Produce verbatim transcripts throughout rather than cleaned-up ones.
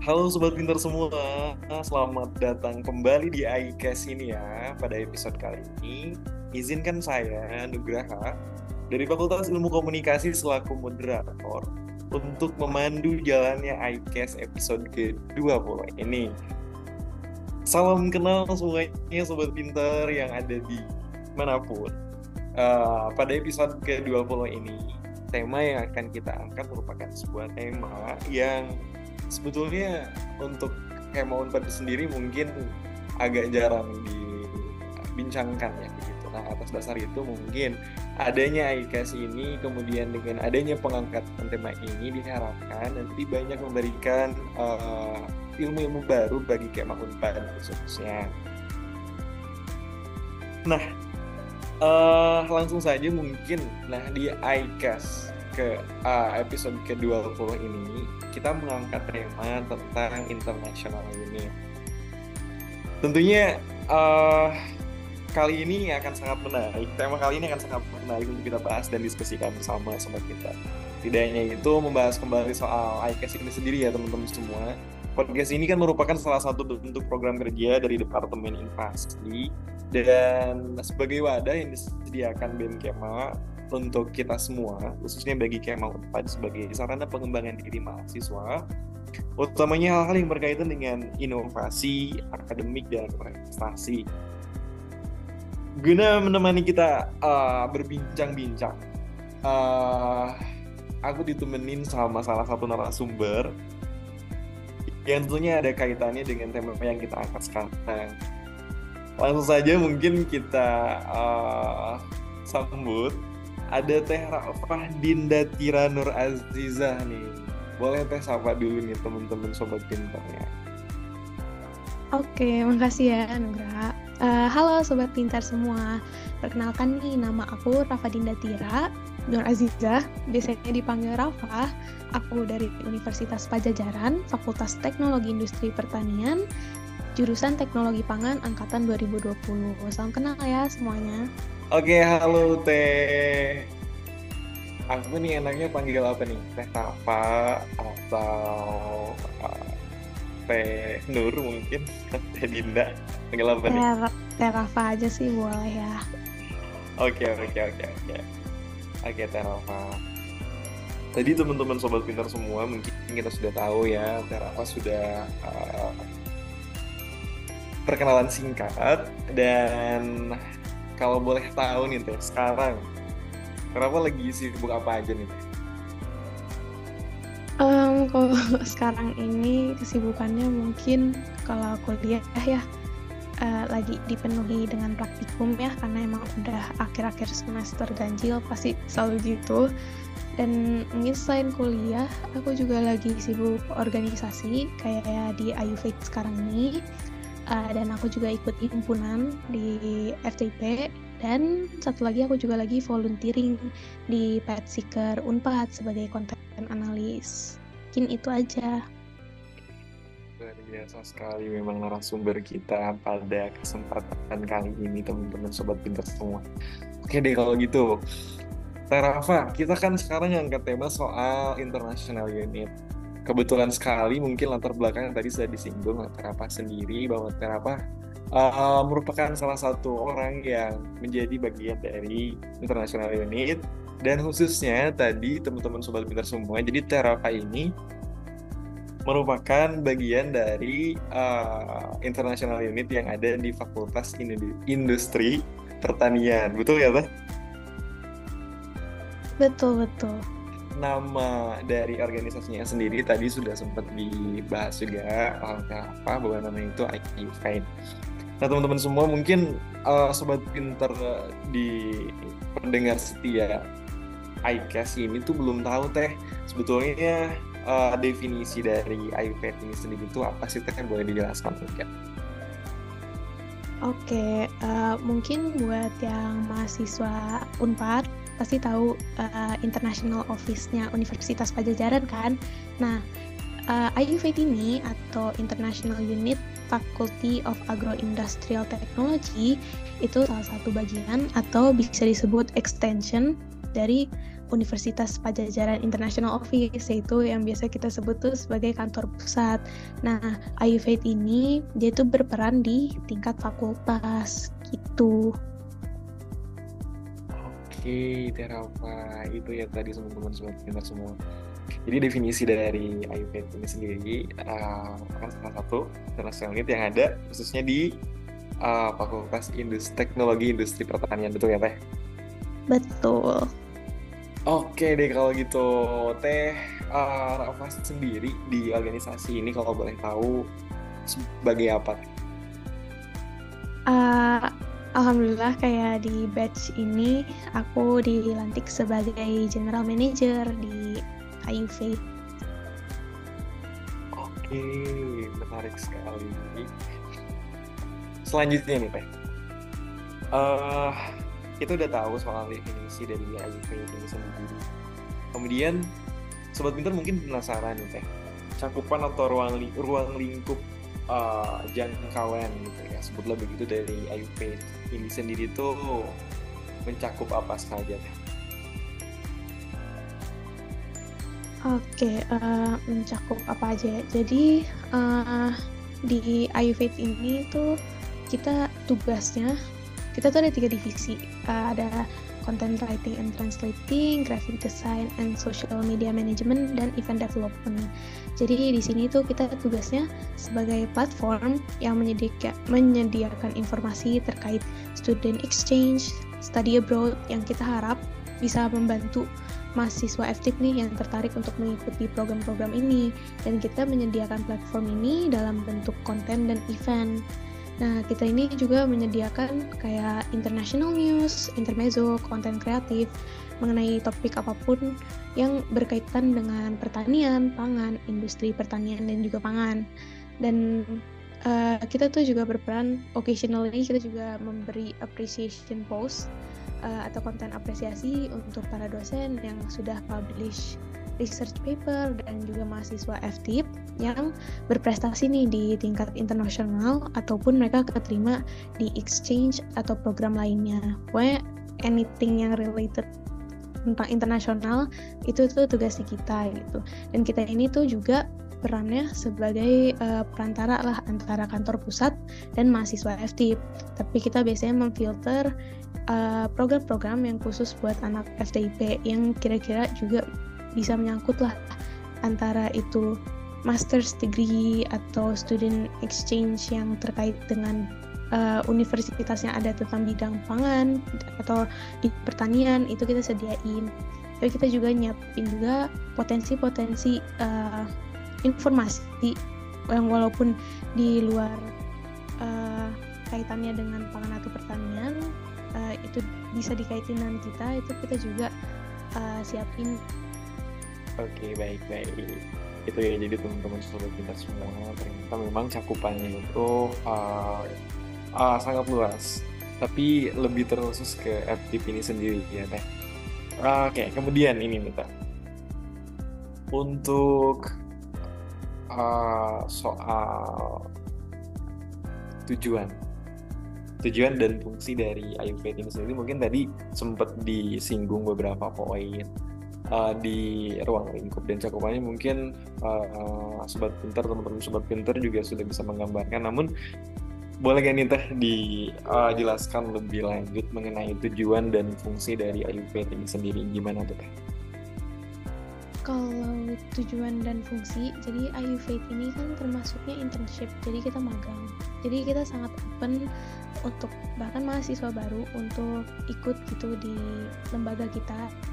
Halo Sobat Pintar semua, selamat datang kembali di iCast ini ya. Pada episode kali ini, izinkan saya, Nugraha, dari Fakultas Ilmu Komunikasi selaku moderator untuk memandu jalannya iCast episode ke dua puluh ini. Salam kenal semuanya Sobat Pintar yang ada di manapun. Uh, pada episode ke dua puluh ini, tema yang akan kita angkat merupakan sebuah tema yang sebetulnya untuk Kema Unpad sendiri mungkin agak jarang dibincangkan ya begitu. Nah, atas dasar itu mungkin adanya iCast ini, kemudian dengan adanya pengangkatan tema ini diharapkan nanti banyak memberikan uh, ilmu-ilmu baru bagi Kema Unpad khususnya. Nah, uh, langsung saja mungkin nah di iCast ke uh, episode ke dua puluh ini kita mengangkat tema tentang international unit. Tentunya uh, kali ini akan sangat menarik. Tema kali ini akan sangat menarik untuk kita bahas dan diskusikan bersama sobat kita. Tidak hanya itu, membahas kembali soal iCast ini sendiri ya teman-teman semua. Podcast ini kan merupakan salah satu bentuk program kerja dari Departemen Infasi dan sebagai wadah yang disediakan B M Kema untuk kita semua, khususnya bagi Kema Unpad sebagai sarana pengembangan diri mahasiswa, utamanya hal-hal yang berkaitan dengan inovasi, akademik, dan prestasi. Guna menemani kita uh, berbincang-bincang, uh, aku ditemenin sama salah satu narasumber yang tentunya ada kaitannya dengan tema yang kita angkat sekarang. Langsung saja mungkin kita uh, sambut. Ada Teh Rafah Dinda Tira Nur Azizah nih. Boleh Teh sapa dulu nih teman-teman sobat pintarnya. Oke, makasih ya Nugra. Uh, halo sobat pintar semua. Perkenalkan nih, nama aku Rafah Dinda Tira Nur Azizah, biasanya dipanggil Rafah. Aku dari Universitas Padjadjaran, Fakultas Teknologi Industri Pertanian, jurusan Teknologi Pangan angkatan dua ribu dua puluh. Salam kenal ya semuanya. Oke, halo Teh. Aku nih enaknya panggil apa nih? Teh Rafa atau uh, Teh Nur mungkin? Teh Dinda? Panggil apa nih? Teh, Teh Rafa aja sih boleh ya. Oke, oke, oke, oke. Oke, Teh Rafa. Tadi teman-teman sobat pintar semua mungkin kita sudah tahu ya, Teh Rafa sudah uh, perkenalan singkat dan kalau boleh tahu nih Teh, sekarang kenapa lagi sibuk apa aja nih Teh? Um, kalau sekarang ini kesibukannya mungkin kalau kuliah ya uh, lagi dipenuhi dengan praktikum ya, karena emang udah akhir-akhir semester ganjil pasti selalu gitu. Dan mungkin selain kuliah, aku juga lagi sibuk organisasi kayak di I U V A D sekarang ini. Uh, dan aku juga ikut himpunan di F T I P, dan satu lagi aku juga lagi volunteering di Petseeker Unpad sebagai content analis. Mungkin itu aja. Luar biasa sekali memang narasumber kita pada kesempatan kali ini teman-teman sobat pintar semua. Oke deh kalau gitu, Teh Rafa, kita kan sekarang ngangkat tema soal international unit. Kebetulan sekali mungkin latar belakang tadi sudah disinggung Teh Rafa sendiri bahwa Teh Rafa uh, merupakan salah satu orang yang menjadi bagian dari international unit, dan khususnya tadi teman-teman sobat pintar semua, jadi Teh Rafa ini merupakan bagian dari uh, international unit yang ada di Fakultas Industri Pertanian, betul ya Teh? Betul betul. Nama dari organisasinya sendiri tadi sudah sempat dibahas juga apa bahwa namanya itu I U V A D. Nah teman-teman semua mungkin uh, sobat pintar di pendengar setia iCast ini tuh belum tahu Teh sebetulnya uh, definisi dari I U V A D ini sendiri itu apa sih Teh, boleh dijelaskan mungkin? Oke, uh, mungkin buat yang mahasiswa Unpad pasti tahu uh, International Office-nya Universitas Padjadjaran kan. Nah, uh, I U V A D ini atau International Unit Faculty of Agro-Industrial Technology itu salah satu bagian atau bisa disebut extension dari Universitas Pajajaran International Office, yaitu yang biasa kita sebut tuh sebagai kantor pusat. Nah, I U Faith ini dia tuh berperan di tingkat fakultas gitu. Oke, Terapa, itu ya tadi teman-teman sobat pintar semua. Jadi definisi dari I U Faith ini sendiri uh, kan salah satu international unit yang ada khususnya di uh, Fakultas Industri Teknologi Industri Pertanian, betul ya Teh? Betul. Oke deh kalau gitu, Teh uh, Rafa sendiri di organisasi ini kalau boleh tahu sebagai apa? Uh, Alhamdulillah kayak di batch ini aku dilantik sebagai General Manager di I U Faith. Oke, menarik sekali. Selanjutnya nih Teh, uh, kita udah tahu soal definisi dari I U Faith ini sendiri. Kemudian sobat pintar mungkin penasaran nih Teh, cakupan atau ruang li- ruang lingkup uh, jangkauan gitu ya, sebutlah begitu dari I U Faith ini sendiri tuh mencakup apa saja Teh? Oke, uh, mencakup apa aja? Jadi uh, di I U Faith ini tuh kita tugasnya, kita tuh ada tiga divisi. Uh, ada content writing and translating, graphic design and social media management, dan event development. Jadi di sini tuh kita tugasnya sebagai platform yang menyediakan, menyediakan informasi terkait student exchange, study abroad yang kita harap bisa membantu mahasiswa F T I P nih yang tertarik untuk mengikuti program-program ini, dan kita menyediakan platform ini dalam bentuk konten dan event. Nah, kita ini juga menyediakan kayak international news, intermezzo, konten kreatif mengenai topik apapun yang berkaitan dengan pertanian, pangan, industri pertanian dan juga pangan. Dan uh, kita tuh juga berperan occasionally, kita juga memberi appreciation post uh, atau konten apresiasi untuk para dosen yang sudah publish research paper dan juga mahasiswa F T I P yang berprestasi nih di tingkat internasional ataupun mereka keterima di exchange atau program lainnya. Pokoknya anything yang related tentang internasional itu tuh tugasnya kita gitu. Dan kita ini tuh juga perannya sebagai uh, perantara lah antara kantor pusat dan mahasiswa F T I P. Tapi kita biasanya memfilter uh, program-program yang khusus buat anak F T I P yang kira-kira juga bisa menyangkut lah antara itu master's degree atau student exchange yang terkait dengan uh, universitas yang ada tentang bidang pangan atau di pertanian, itu kita sediain. Tapi kita juga nyiapin juga potensi-potensi uh, informasi yang walaupun di luar uh, kaitannya dengan pangan atau pertanian, uh, itu bisa dikaitin dengan kita, itu kita juga uh, siapin. Oke, baik-baik. Itu ya, jadi teman-teman sobat pintar semua, ternyata memang cakupannya itu uh, uh, sangat luas, tapi lebih terkhusus ke F T I P ini sendiri ya Teh. Uh, Oke, kemudian ini nih Teh, untuk uh, soal tujuan tujuan dan fungsi dari I U Faith ini sendiri, mungkin tadi sempat disinggung beberapa poin Uh, di ruang lingkup dan cakupannya, mungkin uh, sobat pintar, teman-teman sobat pintar juga sudah bisa menggambarkan. Namun boleh gak nih Teh dijelaskan uh, lebih lanjut mengenai tujuan dan fungsi dari I U Faith ini sendiri, gimana tuh Teh? Kalau tujuan dan fungsi, jadi I U Faith ini kan termasuknya internship, jadi kita magang. Jadi kita sangat open untuk bahkan mahasiswa baru untuk ikut gitu di lembaga kita.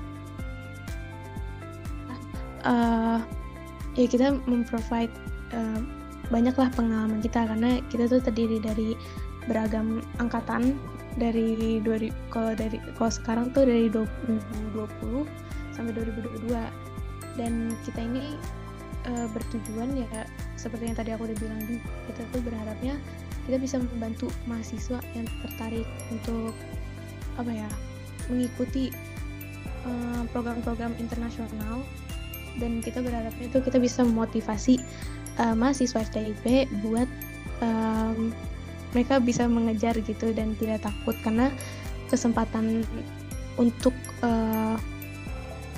Uh, ya kita memprovide uh, banyaklah pengalaman kita, karena kita tuh terdiri dari beragam angkatan dari dua ribu, kalau dari kalau sekarang tuh dari dua ribu dua puluh sampai dua ribu dua puluh dua, dan kita ini uh, bertujuan ya seperti yang tadi aku udah bilang, kita tuh berharapnya kita bisa membantu mahasiswa yang tertarik untuk apa ya mengikuti uh, program-program internasional. Dan kita berharapnya itu kita bisa memotivasi uh, mahasiswa F T I P buat um, mereka bisa mengejar gitu dan tidak takut, karena kesempatan untuk uh,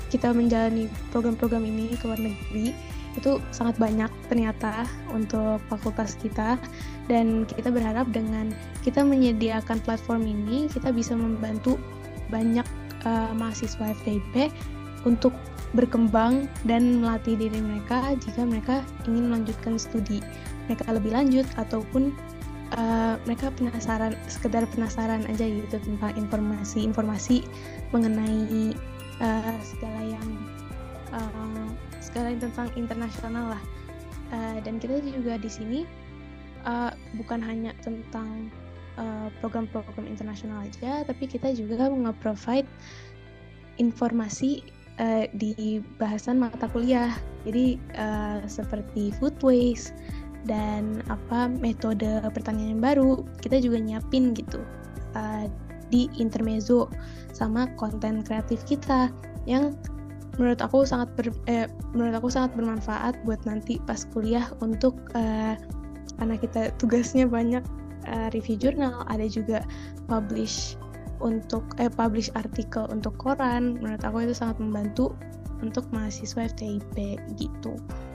kita menjalani program-program ini ke luar negeri itu sangat banyak ternyata untuk fakultas kita, dan kita berharap dengan kita menyediakan platform ini kita bisa membantu banyak uh, mahasiswa F T I P untuk berkembang dan melatih diri mereka jika mereka ingin melanjutkan studi mereka lebih lanjut, ataupun uh, mereka penasaran, sekedar penasaran aja gitu tentang informasi-informasi mengenai uh, segala yang uh, segala yang tentang internasional lah. Uh, dan kita juga di sini uh, bukan hanya tentang uh, program-program internasional aja, tapi kita juga nge-provide informasi uh, di bahasan mata kuliah. Jadi uh, seperti food waste dan apa metode pertanian yang baru kita juga nyiapin gitu uh, di intermezzo sama konten kreatif kita yang menurut aku sangat ber, eh, menurut aku sangat bermanfaat buat nanti pas kuliah untuk uh, karena kita tugasnya banyak uh, review jurnal, ada juga publish untuk eh publish artikel untuk koran. Menurut aku itu sangat membantu untuk mahasiswa F T I P gitu.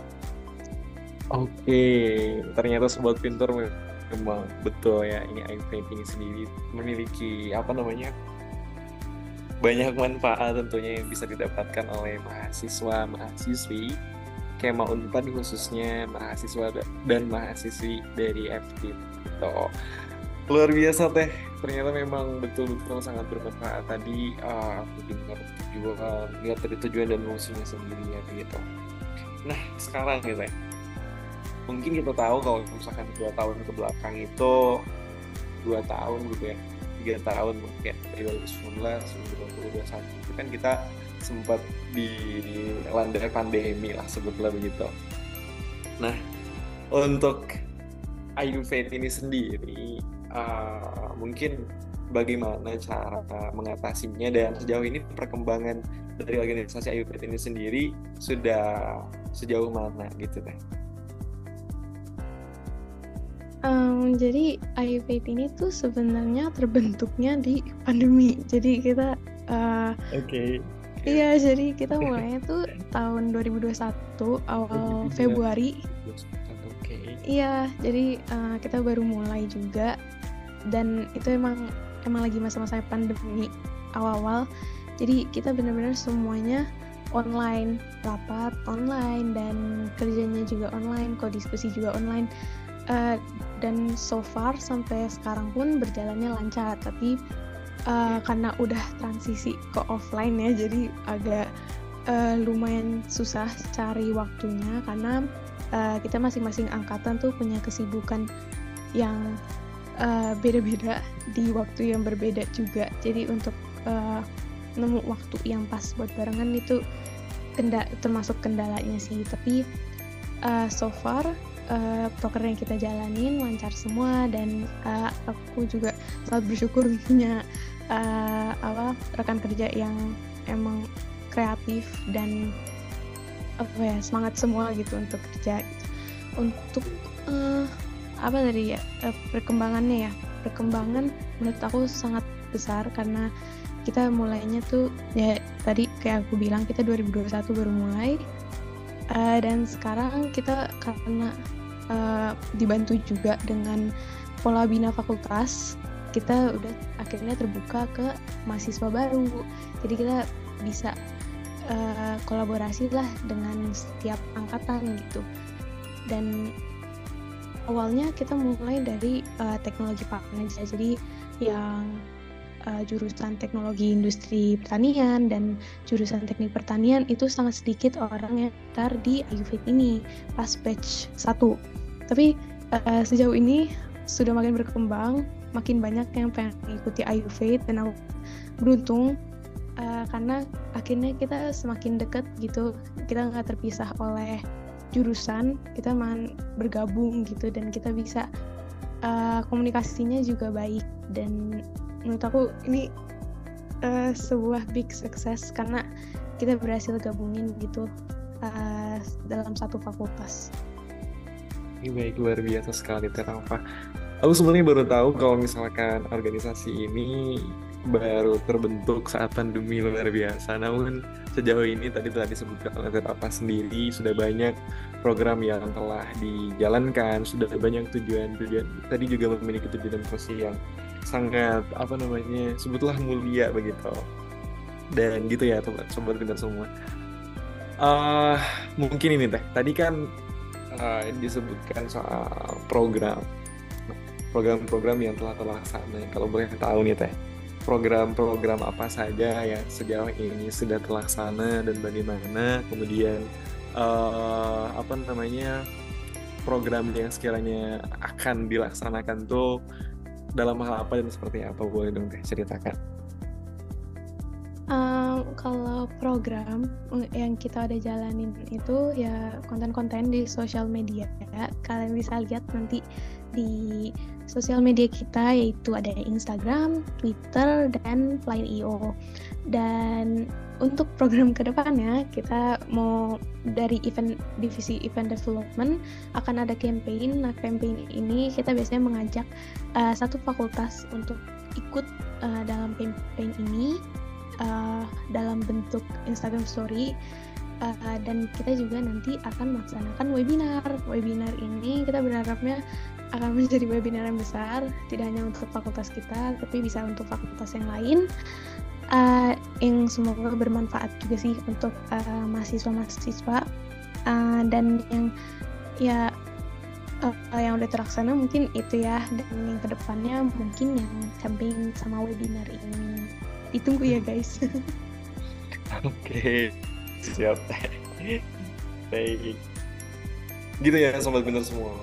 Oke, ternyata Sobat Pintar memang betul ya, ini I P ini sendiri memiliki apa namanya banyak manfaat tentunya yang bisa didapatkan oleh mahasiswa mahasiswi Kema Unpad, khususnya mahasiswa dan mahasiswi dari F T I P gitu. Luar biasa Teh, ternyata memang betul-betul sangat bermanfaat. Tadi uh, aku dengar tujuan, lihat dari tujuan dan fungsinya sendiri ya gitu. Nah sekarang ya Teh, mungkin kita tahu kalau misalkan dua tahun ke belakang itu dua tahun gitu ya, tiga tahun mungkin dari dua ribu sembilan belas sampai dua ribu dua puluh satu itu kan kita sempat dilanda pandemi lah sebutlah begitu. Nah untuk I U Faith ini sendiri uh, mungkin bagaimana cara mengatasinya, dan sejauh ini perkembangan dari organisasi I U Faith ini sendiri sudah sejauh mana gitu Teh? Um, jadi I U Faith ini tuh sebenarnya terbentuknya di pandemi. Jadi kita uh, Oke. Okay. Iya, jadi kita mulainya tuh tahun dua ribu dua puluh satu awal Februari. Oke. Okay. Iya, jadi uh, kita baru mulai juga, dan itu emang emang lagi masa-masa pandemi awal-awal. Jadi kita benar-benar semuanya online, rapat online, dan kerjanya juga online, kok diskusi juga online. Uh, dan so far sampai sekarang pun berjalannya lancar, tapi uh, karena udah transisi ke offline ya, jadi agak uh, lumayan susah cari waktunya karena uh, kita masing-masing angkatan tuh punya kesibukan yang uh, beda-beda di waktu yang berbeda juga. Jadi untuk uh, nemu waktu yang pas buat barengan itu kenda- termasuk kendalanya sih, tapi uh, so far Uh, proker yang kita jalanin lancar semua, dan uh, aku juga sangat bersyukur punya uh, apa rekan kerja yang emang kreatif dan apa ya semangat semua gitu untuk kerja gitu. Untuk uh, apa tadi ya uh, perkembangannya ya perkembangan menurut aku sangat besar karena kita mulainya tuh ya tadi kayak aku bilang kita dua ribu dua puluh satu baru mulai. Uh, dan sekarang kita karena uh, dibantu juga dengan pola bina fakultas, kita udah akhirnya terbuka ke mahasiswa baru. Jadi kita bisa uh, kolaborasi lah dengan setiap angkatan gitu. Dan awalnya kita mulai dari uh, teknologi pangan aja. Jadi yang Uh, jurusan teknologi industri pertanian dan jurusan teknik pertanian itu sangat sedikit orang yang daftar di I U Faith ini pas batch satu. Tapi uh, sejauh ini sudah makin berkembang, makin banyak yang pengen mengikuti I U Faith, dan aku beruntung uh, karena akhirnya kita semakin dekat gitu, kita nggak terpisah oleh jurusan, kita malah bergabung gitu, dan kita bisa uh, komunikasinya juga baik. Dan menurut aku ini uh, sebuah big success karena kita berhasil gabungin gitu uh, dalam satu fakultas. Ini baik, luar biasa sekali Teh Rafa. Aku sebenarnya baru tahu kalau misalkan organisasi ini baru terbentuk saat pandemi luar biasa. Namun sejauh ini tadi telah disebutkan oleh Teta sendiri, sudah banyak program yang telah dijalankan, sudah banyak tujuan-tujuan. Tadi juga memiliki tujuan dan visi yang sangat apa namanya, sebutlah mulia begitu. Dan gitu ya sobat, sobat pintar semua. Uh, mungkin ini teh. Tadi kan uh, disebutkan soal program, program-program yang telah terlaksana. Kalau boleh tahu nih teh, program-program apa saja yang sejauh ini sudah terlaksana dan bagaimana, kemudian uh, apa namanya program yang sekiranya akan dilaksanakan tuh dalam hal apa dan seperti apa, boleh dong teh ceritakan. Um, kalau program yang kita udah jalanin itu ya konten-konten di sosial media, kalian bisa lihat nanti di sosial media kita, yaitu ada Instagram, Twitter, dan Line I O. Dan untuk program kedepannya kita mau dari event divisi event development akan ada campaign. Nah, campaign ini kita biasanya mengajak uh, satu fakultas untuk ikut uh, dalam campaign ini uh, dalam bentuk Instagram Story. Uh, dan kita juga nanti akan melaksanakan webinar. Webinar ini kita berharapnya akan menjadi webinar yang besar, tidak hanya untuk fakultas kita, tapi bisa untuk fakultas yang lain, uh, yang semoga bermanfaat juga sih untuk uh, mahasiswa-mahasiswa, uh, dan yang ya uh, yang udah terlaksana mungkin itu ya, dan yang kedepannya mungkin yang campaign sama webinar ini. Ditunggu ya guys. Oke. Okay. Siap. Baik. Gitu ya sobat pintar semua.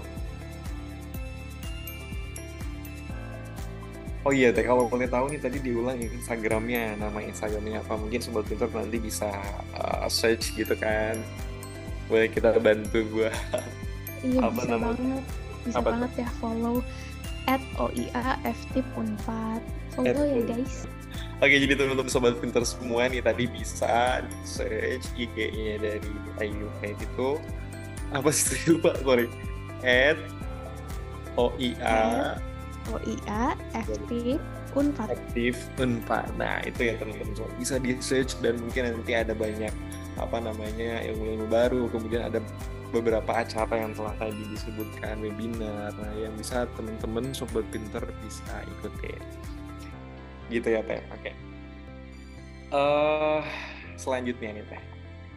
Oh iya teh, kalau boleh tahu nih tadi diulang Instagramnya, nama Instagramnya apa? Mungkin sobat pintar nanti bisa uh, search gitu kan. Boleh kita bantu buat iya, apa bisa namanya? banget. Bisa apa banget tuh? ya, follow at O I A F T I P Unpad. Follow At ya guys. Oke, jadi teman-teman sobat pintar semua nih tadi bisa search I G-nya dari I U Faith itu apa sih, lupa, sorry, at O I A O I A F T I P Unpad. aktif Unpad. Nah itu ya teman-teman semua, bisa di search dan mungkin nanti ada banyak apa namanya ilmu-ilmu baru, kemudian ada beberapa acara yang telah tadi disebutkan, webinar, nah yang bisa teman-teman sobat pintar bisa ikutin. Gitu ya teh. Oke. Okay. Uh, selanjutnya nih teh.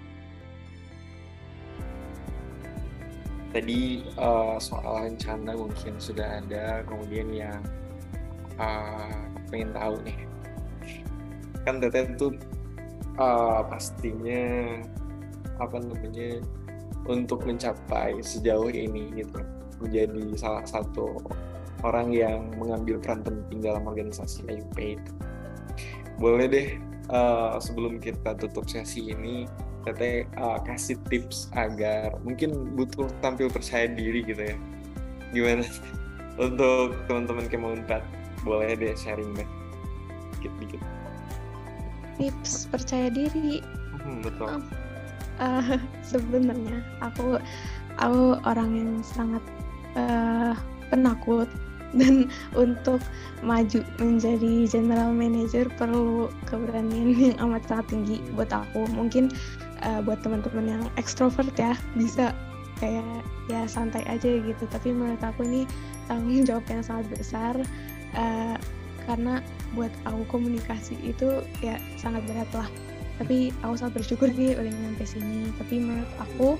Tadi uh, soal rencana mungkin sudah ada, kemudian yang uh, pengen tahu nih. Kan teteh tuh uh, pastinya apa namanya untuk mencapai sejauh ini gitu, menjadi salah satu orang yang mengambil peran penting dalam organisasi I U Faith. Boleh deh uh, sebelum kita tutup sesi ini, Teteh uh, kasih tips agar mungkin butuh tampil percaya diri gitu ya. Gimana untuk teman-teman Kema Unpad? Boleh deh sharing deh, dikit-dikit. Tips percaya diri. Hmm, betul. Oh, uh, sebenarnya aku aku orang yang sangat uh, penakut. Dan untuk maju menjadi general manager perlu keberanian yang amat sangat tinggi buat aku. Mungkin uh, buat teman-teman yang ekstrovert ya bisa kayak ya santai aja gitu. Tapi menurut aku ini tanggung jawab yang sangat besar, uh, karena buat aku komunikasi itu ya sangat berat lah. Tapi aku sangat bersyukur sih udah nyampe sini. Tapi menurut aku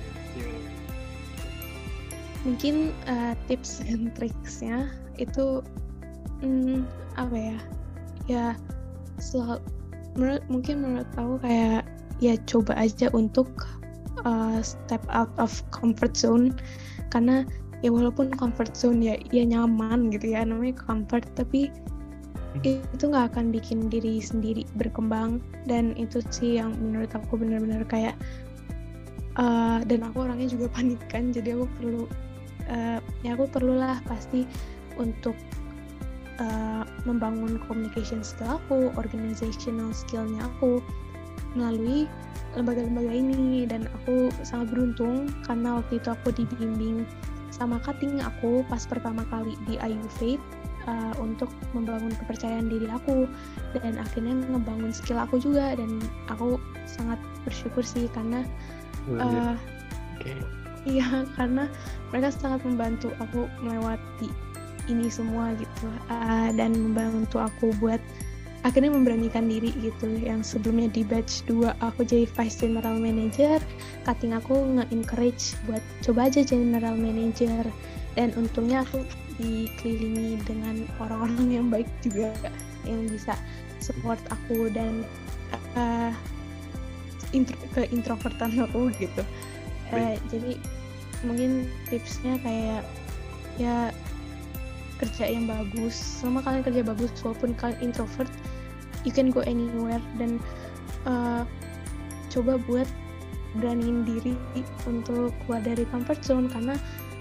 mungkin uh, tips dan triksnya itu hmm, apa ya ya selalu menurut, mungkin menurut aku kayak ya coba aja untuk uh, step out of comfort zone, karena ya walaupun comfort zone ya ya nyaman gitu ya, namanya comfort, tapi itu nggak akan bikin diri sendiri berkembang. Dan itu sih yang menurut aku benar-benar kayak uh, dan aku orangnya juga panikan, jadi aku perlu Uh, ya aku perlulah pasti untuk uh, membangun communication skill aku, organizational skillnya aku melalui lembaga-lembaga ini. Dan aku sangat beruntung karena waktu itu aku dibimbing sama cutting aku pas pertama kali di I U Faith. uh, untuk membangun kepercayaan diri aku dan akhirnya ngebangun skill aku juga. Dan aku sangat bersyukur sih karena uh, okay. iya karena mereka sangat membantu aku melewati ini semua gitu, uh, dan membantu aku buat akhirnya memberanikan diri gitu. Yang sebelumnya di batch dua aku jadi vice general manager, cutting aku nge-encourage buat coba aja general manager, dan untungnya aku dikelilingi dengan orang-orang yang baik juga yang bisa support aku dan uh, intro- ke introvertan aku gitu. Uh, jadi mungkin tipsnya kayak ya kerja yang bagus. Selama kalian kerja bagus walaupun kalian introvert, you can go anywhere. Dan uh, coba buat beraniin diri untuk keluar dari comfort zone, karena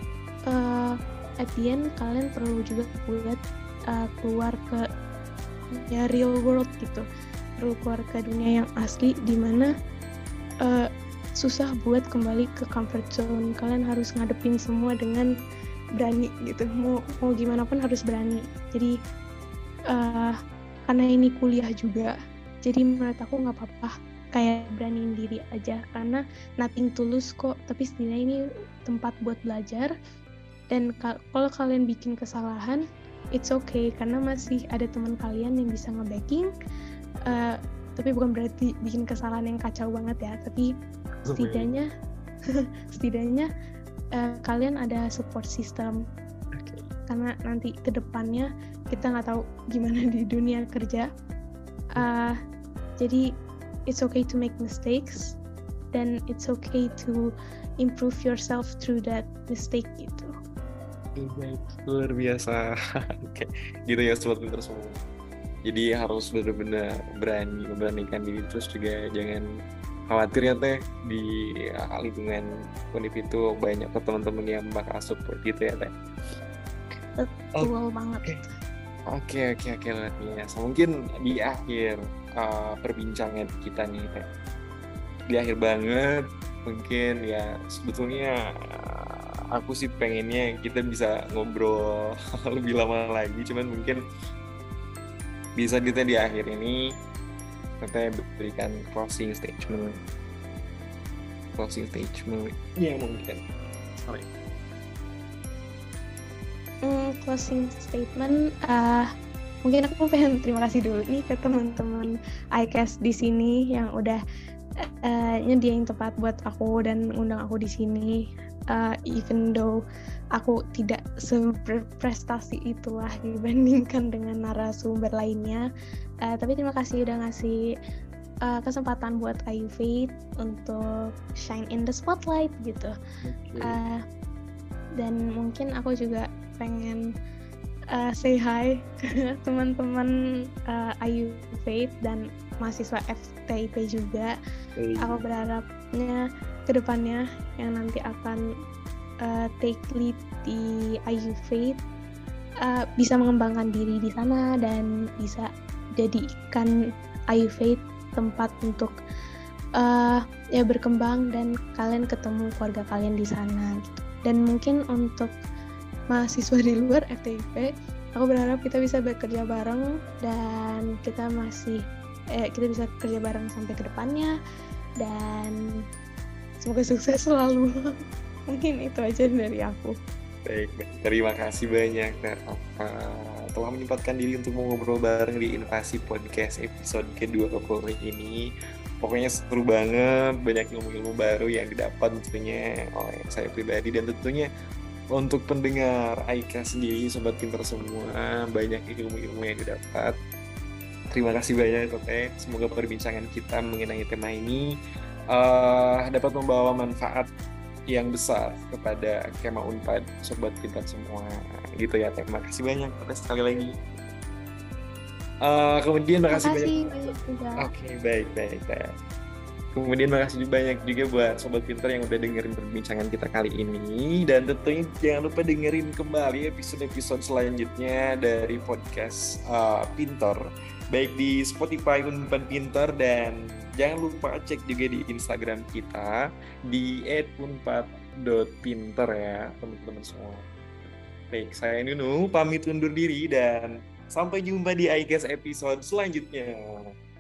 uh, at the end kalian perlu juga buat uh, keluar ke ya real world gitu, perlu keluar ke dunia yang asli, dimana uh, susah buat kembali ke comfort zone. Kalian harus ngadepin semua dengan berani gitu, mau mau gimana pun harus berani. Jadi uh, karena ini kuliah juga, jadi menurut aku nggak apa-apa kayak beraniin diri aja, karena nothing to lose kok. Tapi setidaknya ini tempat buat belajar, dan ka- kalau kalian bikin kesalahan it's okay, karena masih ada teman kalian yang bisa nge-backing. Uh, tapi bukan berarti bikin kesalahan yang kacau banget ya, tapi setidaknya setidaknya Uh, kalian ada support system. Okay. Karena nanti ke depannya kita nggak tahu gimana di dunia kerja. Uh, jadi it's okay to make mistakes, dan it's okay to improve yourself through that mistake gitu. Baik, luar biasa. Oke, gitu ya sobat pintar semua. Jadi harus benar-benar berani, memberanikan diri, terus juga jangan khawatir ya teh, di uh, lingkungan Univ itu banyak ke teman-teman yang bakal support gitu ya teh. Betul oh, banget. Oke oke oke luar biasa. Mungkin di akhir uh, perbincangan kita nih teh, di akhir banget mungkin ya sebetulnya uh, aku sih pengennya kita bisa ngobrol lebih lama lagi, cuman mungkin bisa kita di akhir ini kita berikan closing statement closing statement ya mungkin sorry mm, closing statement uh, mungkin aku pengen terima kasih dulu nih ke teman-teman I C A S di sini yang udah uh, nyediain tempat buat aku dan undang aku di sini, uh, even though aku tidak seberprestasi itulah dibandingkan dengan narasumber lainnya. Uh, tapi terima kasih udah ngasih uh, kesempatan buat I U Faith untuk shine in the spotlight gitu. Okay. Uh, dan mungkin aku juga pengen uh, say hi ke teman-teman uh, I U Faith dan mahasiswa F T I P juga. Hey. Aku berharapnya kedepannya yang nanti akan uh, take lead di I U Faith uh, bisa mengembangkan diri di sana dan bisa jadikan I U Faith tempat untuk uh, ya berkembang dan kalian ketemu keluarga kalian di sana gitu. Dan mungkin untuk mahasiswa di luar F T I P, aku berharap kita bisa bekerja bareng dan kita masih eh, kita bisa kerja bareng sampai ke depannya, dan semoga sukses selalu. Mungkin itu aja dari aku. Baik, terima kasih banyak Narafa telah menyempatkan diri untuk ngobrol bareng di Invasi Podcast episode kedua kali ini. Pokoknya seru banget, banyak ilmu-ilmu baru yang didapat tentunya oleh saya pribadi dan tentunya untuk pendengar I C A S sendiri, sobat pintar semua, banyak ilmu-ilmu yang didapat. Terima kasih banyak Tete. Semoga perbincangan kita mengenai tema ini uh, dapat membawa manfaat yang besar kepada Kema Unpad, sobat pintar semua gitu ya. Terima kasih banyak Tete sekali lagi. Uh, kemudian terima kasih banyak. banyak juga. Oke, okay, baik baik baik. Kemudian makasih banyak juga buat sobat pintar yang udah dengerin perbincangan kita kali ini, dan tentunya jangan lupa dengerin kembali episode-episode selanjutnya dari podcast uh, Pintar, baik di Spotify Unpad Pintar, dan jangan lupa cek juga di Instagram kita di et unpad dot pintar ya teman-teman semua. Baik, saya Nunu pamit undur diri dan sampai jumpa di iCast episode selanjutnya.